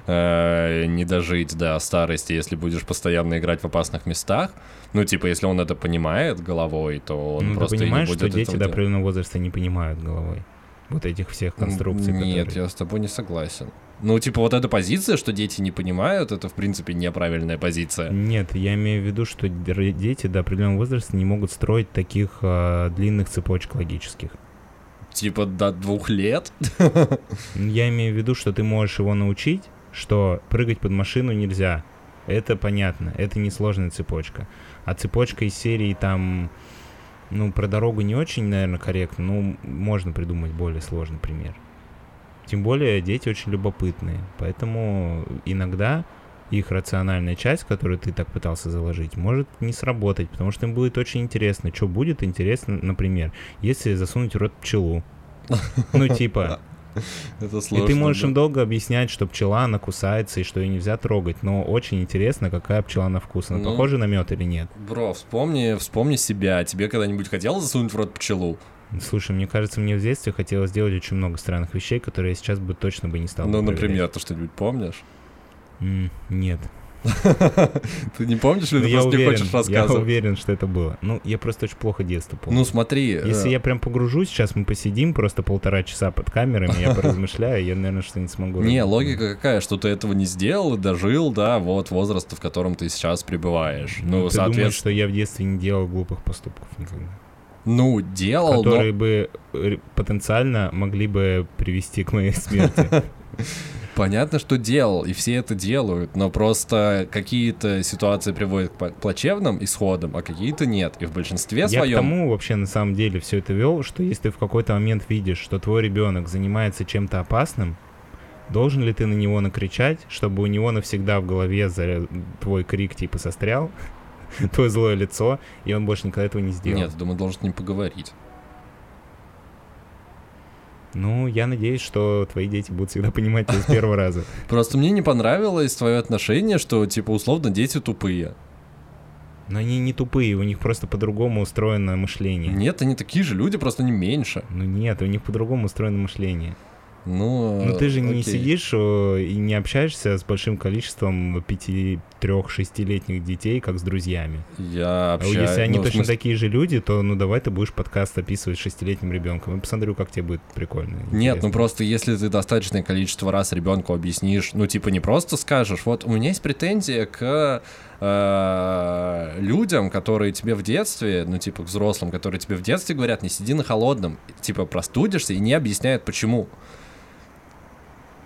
не дожить до старости, если будешь постоянно играть в опасных местах, ну, типа, если он это понимает головой, то он просто ты понимаешь, и не будет что дети этого до делать. определенного возраста не понимают головой вот этих всех конструкций, Нет, которые... я с тобой не согласен. Ну, типа, вот эта позиция, что дети не понимают, это, в принципе, неправильная позиция. Нет, я имею в виду, что дети до определенного возраста не могут строить таких длинных цепочек логических. Типа, до 2 лет? Я имею в виду, что ты можешь его научить, что прыгать под машину нельзя. Это понятно, это несложная цепочка. А цепочка из серии там, ну, про дорогу не очень, наверное, корректно, но можно придумать более сложный пример. Тем более дети очень любопытные, поэтому иногда их рациональная часть, которую ты так пытался заложить, может не сработать, потому что им будет очень интересно. Что будет интересно, например, если засунуть в рот пчелу. Ну, типа... Это сложно. И ты можешь им долго объяснять, что пчела, она кусается и что ее нельзя трогать, но очень интересно, какая пчела на вкус. Она похожа на мед или нет? Бро, вспомни себя. Тебе когда-нибудь хотелось засунуть в рот пчелу? Слушай, мне кажется, мне в детстве хотелось сделать очень много странных вещей, которые я сейчас бы точно бы не стал. Ну, например, ты что-нибудь помнишь? Нет. Ты не помнишь, или ты просто не хочешь рассказывать? Я уверен, что это было. Ну, я просто очень плохо детство помню. Ну, смотри... Если я прям погружусь, сейчас мы посидим просто 1,5 часа под камерами, я поразмышляю, я, наверное, что-нибудь смогу. Не, логика какая, что ты этого не сделал и дожил, да, вот возраста, в котором ты сейчас пребываешь. Ну, ты думаешь, что я в детстве не делал глупых поступков никогда? Ну, делал, которые бы потенциально могли бы привести к моей смерти. Понятно, что делал, и все это делают, но просто какие-то ситуации приводят к плачевным исходам, а какие-то нет. И в большинстве своем... Я к тому вообще на самом деле все это вел, что если ты в какой-то момент видишь, что твой ребенок занимается чем-то опасным, должен ли ты на него накричать, чтобы у него навсегда в голове твой крик типа сострял, твое злое лицо, и он больше никогда этого не сделал? Нет, думаю, должен с ним поговорить. Ну, я надеюсь, что твои дети будут всегда понимать тебя с первого раза. Просто мне не понравилось твое отношение, что, типа, условно, дети тупые. Но они не тупые, у них просто по-другому устроено мышление. Нет, они такие же люди, просто не меньше. Ну нет, у них по-другому устроено мышление. Ну ты же не сидишь и не общаешься с большим количеством 5-3-6-летних детей, как с друзьями. Я общаюсь. Если они точно такие же люди, то ну давай ты будешь подкаст описывать с 6-летним ребенком. Я посмотрю, как тебе будет прикольно. Нет, ну просто если ты достаточное количество раз ребенку объяснишь, ну типа не просто скажешь, вот у меня есть претензия к людям, которые тебе в детстве, ну типа к взрослым, которые тебе в детстве говорят, не сиди на холодном, типа простудишься и не объясняют почему.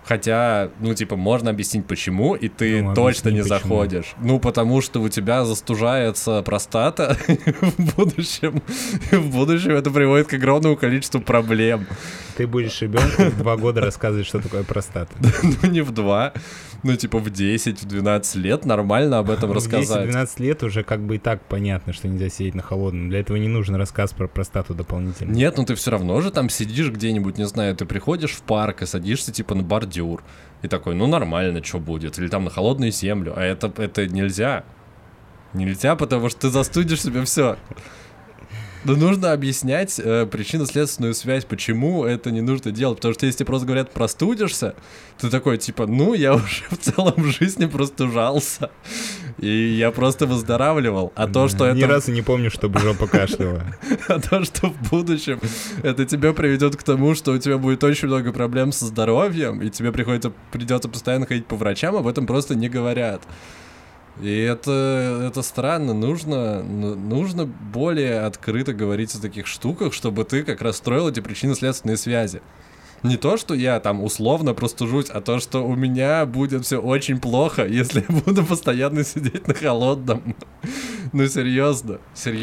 Хотя, ну, типа, можно объяснить, почему, и ты точно не заходишь. Ну, потому что у тебя застужается простата, в будущем это приводит к огромному количеству проблем. Ты будешь ребенку в 2 года рассказывать, что такое простата. Ну, не в 2, ну, типа, в 10, в 12 лет нормально об этом рассказать. В 10-12 лет уже как бы и так понятно, что нельзя сидеть на холодном. Для этого не нужен рассказ про простату дополнительно. Нет, ну ты все равно же там сидишь где-нибудь, не знаю, ты приходишь в парк и садишься, типа, на бордюр. И такой, ну, нормально, что будет. Или там на холодную землю. А это нельзя. Нельзя, потому что ты застудишь себе все. Но нужно объяснять причинно-следственную связь, почему это не нужно делать. Потому что если тебе просто говорят «простудишься», ты такой, типа, ну, я уже в целом в жизни простужался. И я просто выздоравливал. А то, что Ни разу не помню, чтобы жопа кашляла. А то, что в будущем это тебя приведет к тому, что у тебя будет очень много проблем со здоровьем, и тебе придется постоянно ходить по врачам, об этом просто не говорят. И это странно, нужно более открыто говорить о таких штуках, чтобы ты как раз строил эти причинно-следственные связи. Не то, что я там условно простужусь, а то, что у меня будет все очень плохо, если я буду постоянно сидеть на холодном. Ну, серьезно.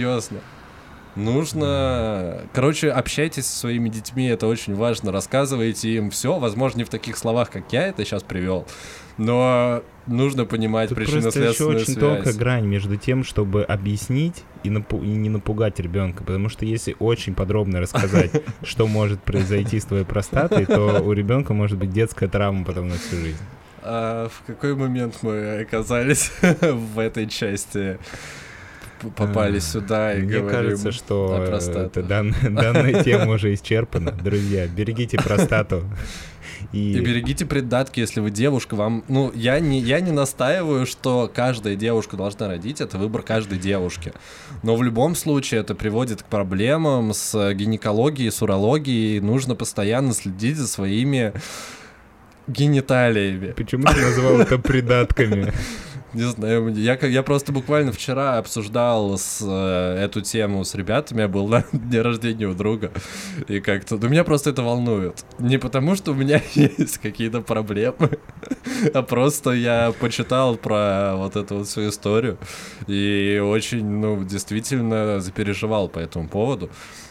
Нужно... Короче, общайтесь со своими детьми, это очень важно. Рассказывайте им все, возможно, не в таких словах, как я это сейчас привел, но нужно понимать причинно-следственную связь. Тут просто еще очень тонкая грань между тем, чтобы объяснить и не напугать ребенка, потому что если очень подробно рассказать, что может произойти с твоей простатой, то у ребенка может быть детская травма потом на всю жизнь. А в какой момент мы оказались в этой части? Попали сюда и мне говорим. Мне кажется, что данная тема уже исчерпана. Друзья, берегите простату. И берегите преддатки, если вы девушка. Вам, ну, я не настаиваю, что каждая девушка должна родить, это выбор каждой девушки. Но в любом случае это приводит к проблемам с гинекологией, с урологией. Нужно постоянно следить за своими гениталиями. Почему ты назвал это придатками? Не знаю, я просто буквально вчера обсуждал эту тему с ребятами, я был на дне рождения у друга, и как-то, ну, меня просто это волнует. Не потому, что у меня есть какие-то проблемы, а просто я почитал про вот эту вот всю историю, и очень, ну, действительно запереживал по этому поводу.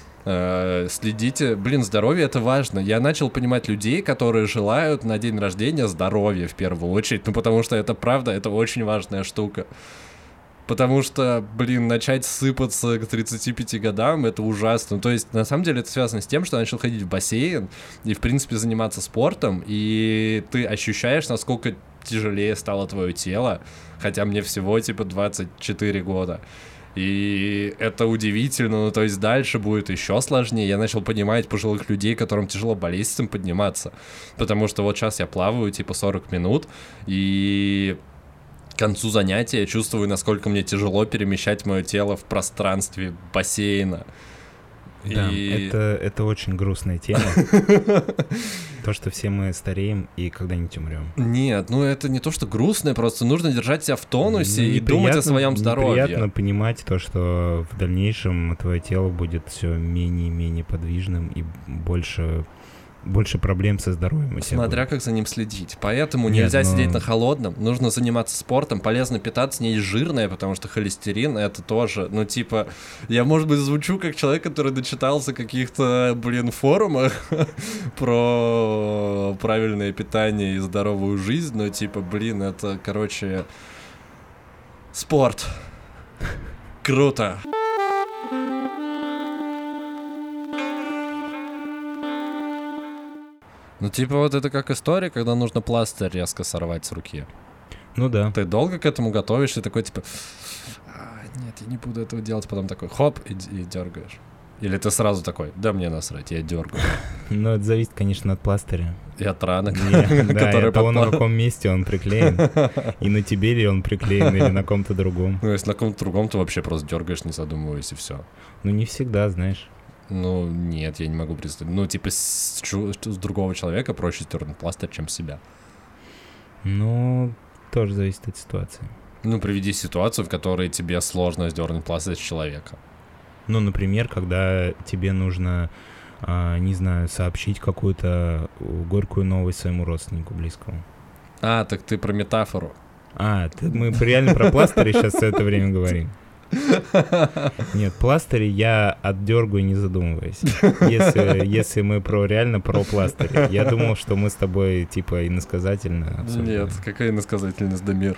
Следите, здоровье — это важно. Я начал понимать людей, которые желают на день рождения здоровья в первую очередь, ну потому что это правда, это очень важная штука. Потому что, начать сыпаться к 35 годам — это ужасно. То есть, на самом деле, это связано с тем, что я начал ходить в бассейн и, в принципе, заниматься спортом, и ты ощущаешь, насколько тяжелее стало твое тело, хотя мне всего, 24 года. И это удивительно, ну то есть дальше будет еще сложнее. Я начал понимать пожилых людей, которым тяжело по лестницам подниматься, потому что вот сейчас я плаваю 40 минут, и к концу занятия я чувствую, насколько мне тяжело перемещать мое тело в пространстве бассейна. Да, это очень грустная тема. То, что все мы стареем и когда-нибудь умрем. Нет, это не то, что грустное, просто нужно держать себя в тонусе и думать о своем здоровье. Приятно понимать то, что в дальнейшем твое тело будет все менее и менее подвижным и больше проблем со здоровьем. Смотря как за ним следить. Поэтому нельзя сидеть на холодном, нужно заниматься спортом, полезно питаться, не есть жирное, потому что холестерин — это тоже, я, может быть, звучу как человек, который дочитался каких-то, форумах про правильное питание и здоровую жизнь, но, это, спорт. Круто. Вот это как история, когда нужно пластырь резко сорвать с руки. Ну да. Ты долго к этому готовишься, такой нет, я не буду этого делать, потом такой хоп, и дергаешь. Или ты сразу такой, да мне насрать, я дергаю. Это зависит, конечно, от пластыря. И от ранок, которые от того, на каком месте он приклеен. И на тебе ли он приклеен, или на ком-то другом. Если на ком-то другом, ты вообще просто дергаешь, не задумываясь, и все. Не всегда, знаешь. Нет, я не могу представить. С другого человека проще стернуть пластырь, чем с себя. Тоже зависит от ситуации. Приведи ситуацию, в которой тебе сложно сдернуть пластырь с человека. Например, когда тебе нужно не знаю, сообщить какую-то горькую новость своему родственнику близкому. Так ты про метафору. Мы реально про пластыри сейчас все это время говорим. Нет, пластыри я отдергаю, не задумываясь. Если мы реально про пластыри. Я думал, что мы с тобой типа иносказательно обсуждаем. Нет, какая иносказательность, Дамир?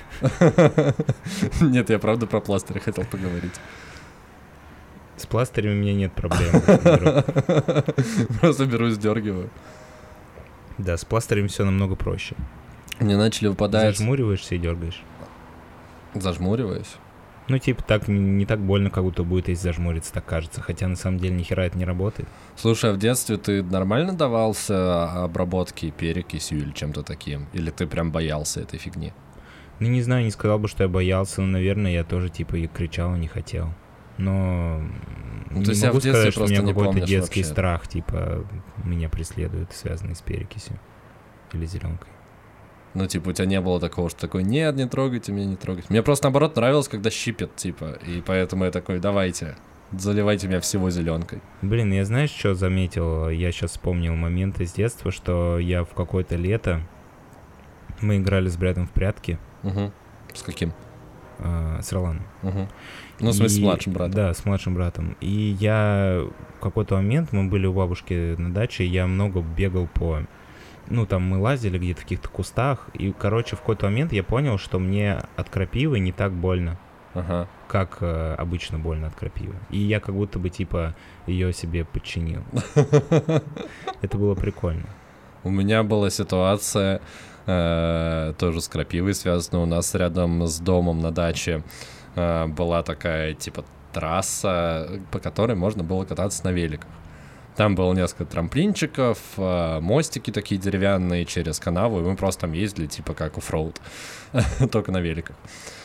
Нет, я правда про пластыри хотел поговорить. С пластырями у меня нет проблем. Просто беру, сдергиваю. Да, с пластырями все намного проще. Мне начали выпадать... Зажмуриваешься и дергаешь. Зажмуриваюсь? Ну, типа, так не так больно, как будто будет, если зажмуриться, так кажется. Хотя, на самом деле, ни хера это не работает. Слушай, а в детстве ты нормально давался обработке перекисью или чем-то таким? Или ты прям боялся этой фигни? Ну, не знаю, не сказал бы, что я боялся, но, наверное, я тоже, типа, и кричал, и не хотел. Но не могу сказать, что у меня какой-то детский вообще страх, типа, меня преследует, связанный с перекисью или зеленкой. Ну, типа, у тебя не было такого, что такой, нет, не трогайте меня, не трогайте. Мне просто, наоборот, нравилось, когда щипят, типа, и поэтому я такой, давайте, заливайте меня всего зеленкой. Блин, я знаешь, что заметил? Я сейчас вспомнил момент из детства, что я в какое-то лето, мы играли с братом в прятки. Угу. С каким? С Роланом. Угу. Ну, в смысле, с младшим братом. Да, с младшим братом. И я в какой-то момент, мы были у бабушки на даче, я много бегал ну, там мы лазили где-то в каких-то кустах, и, короче, в какой-то момент я понял, что мне от крапивы не так больно, как обычно больно от крапивы. И я как будто бы, типа, ее себе подчинил. Это было прикольно. У меня была ситуация тоже с крапивой связана. У нас рядом с домом на даче была такая, типа, трасса, по которой можно было кататься на великах. Там было несколько трамплинчиков, мостики такие деревянные через канаву, и мы просто там ездили, типа, как оффроуд, только на великах.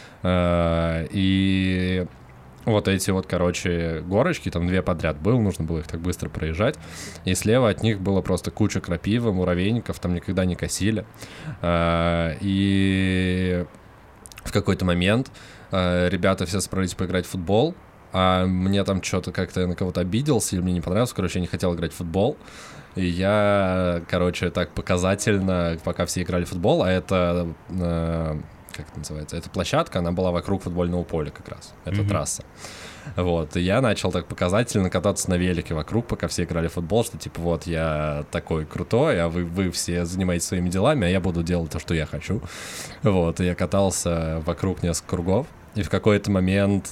И вот эти вот, короче, горочки, там 2 подряд было, нужно было их так быстро проезжать, и слева от них было просто куча крапивы, муравейников, там никогда не косили. И в какой-то момент ребята все собрались поиграть в футбол, а мне там что-то как-то на кого-то обиделся, или мне не понравилось, короче, я не хотел играть в футбол, и я, короче, так показательно, пока все играли в футбол, а это, как это называется, эта площадка, она была вокруг футбольного поля как раз, это трасса, вот, и я начал так показательно кататься на велике вокруг, пока все играли в футбол, что, типа, вот, я такой крутой, а вы все занимаетесь своими делами, а я буду делать то, что я хочу, вот, и я катался вокруг несколько кругов. И в какой-то момент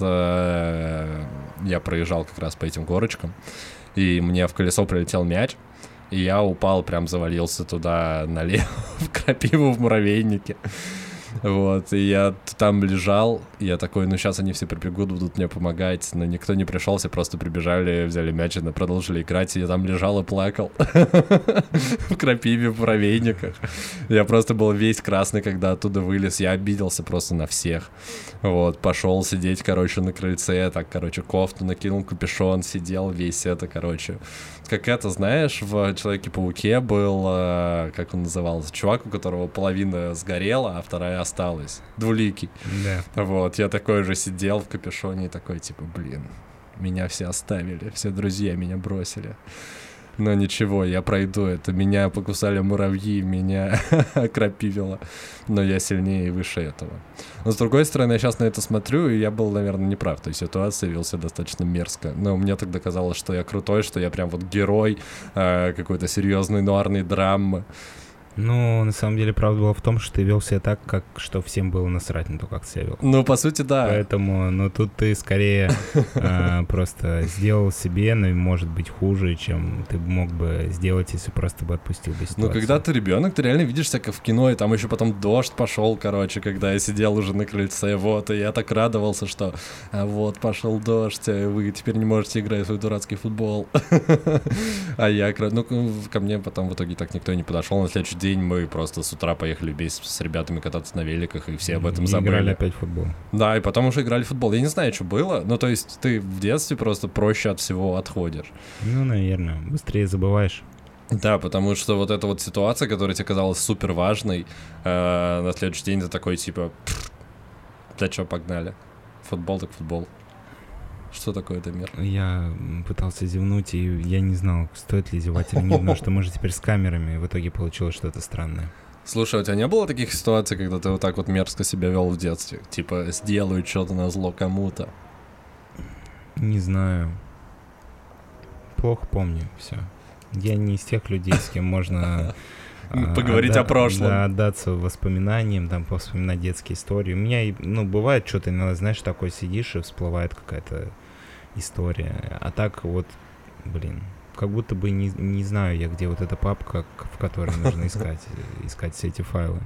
я проезжал как раз по этим горочкам, и мне в колесо прилетел мяч, и я упал, прям завалился туда налево, в крапиву, в муравейнике. Вот, и я там лежал, и я такой, ну сейчас они все прибегут, будут мне помогать, но никто не пришел, все просто прибежали, взяли мяч и продолжили играть, и я там лежал и плакал в крапиве, в муравейниках. Я просто был весь красный, когда оттуда вылез, я обиделся просто на всех. Вот, пошел сидеть, короче, на крыльце, так, короче, кофту накинул, капюшон, сидел весь это, короче. Как это, знаешь, в Человеке-пауке был, как он назывался, чувак, у которого половина сгорела, а вторая осталась. Двуликий. Да. Вот, я такой же сидел в капюшоне и такой, типа, блин, меня все оставили, все друзья меня бросили. Но ничего, я пройду это. Меня покусали муравьи, меня окропивило. Но я сильнее и выше этого. Но с другой стороны, я сейчас на это смотрю, и я был, наверное, неправ. То есть ситуация вел себя достаточно мерзко. Но мне тогда казалось, что я крутой, что я прям вот герой какой-то серьезной нуарной драмы. Ну, на самом деле, правда была в том, что ты вел себя так, как что всем было насрать на то, как ты себя вел. Ну, по сути, да. Поэтому, ну, тут ты скорее просто сделал себе, но может быть хуже, чем ты мог бы сделать, если просто бы отпустил бы ситуацию. Ну, когда ты ребенок, ты реально видишь себя как в кино, и там еще потом дождь пошел, короче, когда я сидел уже на крыльце, вот, и я так радовался, что вот, пошел дождь, вы теперь не можете играть в свой дурацкий футбол. А я, ну, ко мне потом в итоге так никто и не подошел. На следующий день мы просто с утра поехали вместе с ребятами кататься на великах, и все об этом забыли. Играли опять в футбол. Да, и потом уже играли в футбол. Я не знаю, что было, ну, то есть ты в детстве просто проще от всего отходишь. Ну, наверное, быстрее забываешь. Да, потому что вот эта вот ситуация, которая тебе казалась супер важной, на следующий день ты такой, типа, для чего погнали? Футбол так футбол. Что такое Дамир? Я пытался зевнуть, и я не знал, стоит ли зевать или нет, потому что мы же теперь с камерами, и в итоге получилось что-то странное. Слушай, у тебя не было таких ситуаций, когда ты вот так вот мерзко себя вел в детстве? Типа, сделаю что-то назло кому-то. Не знаю. Плохо помню все. Я не из тех людей, с кем можно... Поговорить о прошлом. Да, отдаться воспоминаниям, там, повспоминать детские истории. У меня, бывает что-то, иногда, знаешь, такой сидишь, и всплывает какая-то история. А так вот, как будто бы не знаю я, где вот эта папка, в которой нужно искать все эти файлы.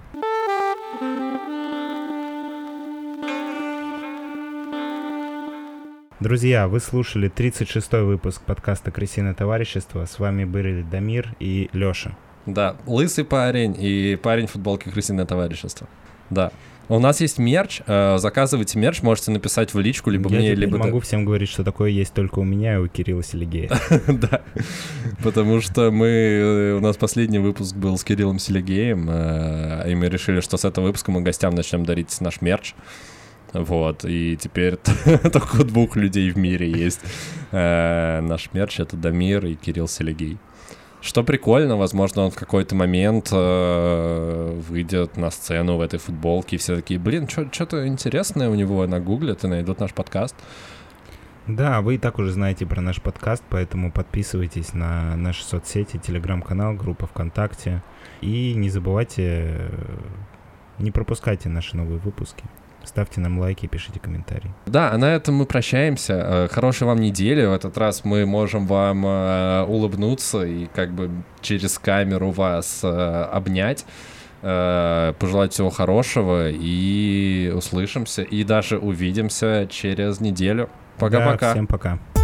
Друзья, вы слушали 36-й выпуск подкаста «Крысиное товарищество». С вами были Дамир и Лёша. Да, лысый парень и парень в футболке «Крысиное товарищество». Да. У нас есть мерч. Заказывайте мерч, можете написать в личку, либо мне, либо... Я могу всем говорить, что такое есть только у меня и у Кирилла Селигея. Да, потому что у нас последний выпуск был с Кириллом Селигеем, и мы решили, что с этого выпуска мы гостям начнем дарить наш мерч. Вот, и теперь только у 2 людей в мире есть наш мерч, это Дамир и Кирилл Селигей. Что прикольно, возможно, он в какой-то момент выйдет на сцену в этой футболке, и все такие, что-то интересное у него нагуглят и найдут наш подкаст. Да, вы и так уже знаете про наш подкаст, поэтому подписывайтесь на наши соцсети, телеграм-канал, группа ВКонтакте. И не забывайте, не пропускайте наши новые выпуски. Ставьте нам лайки и пишите комментарии. Да, а на этом мы прощаемся. Хорошей вам недели. В этот раз мы можем вам улыбнуться и как бы через камеру вас обнять, пожелать всего хорошего, и услышимся, и даже увидимся через неделю. Пока-пока. Да, всем пока.